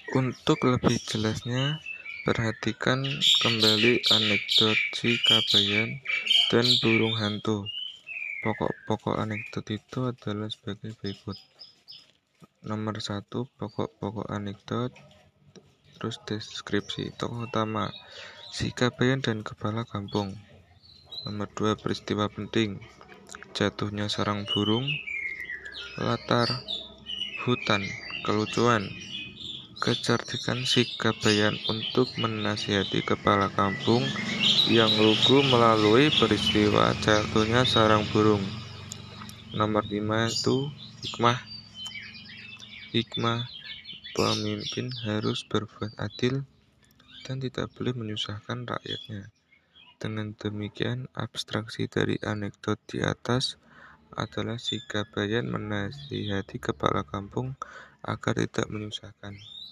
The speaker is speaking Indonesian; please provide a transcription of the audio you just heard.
Untuk lebih jelasnya, perhatikan kembali anekdot si Kabayan dan burung hantu. Pokok-pokok anekdot itu adalah sebagai berikut. Nomor 1, pokok-pokok anekdot, terus deskripsi tokoh utama, si Kabayan dan kepala kampung. Nomor 2, peristiwa penting, jatuhnya sarang burung, latar hutan, kelucuan, kecerdikan si Kabayan untuk menasihati kepala kampung yang lugu melalui peristiwa jatuhnya sarang burung. Nomor 5 itu hikmah, pemimpin harus berbuat adil dan tidak boleh menyusahkan rakyatnya. Dengan demikian, abstraksi dari anekdot di atas adalah si Kabayan menasihati kepala kampung agar tidak menyusahkan.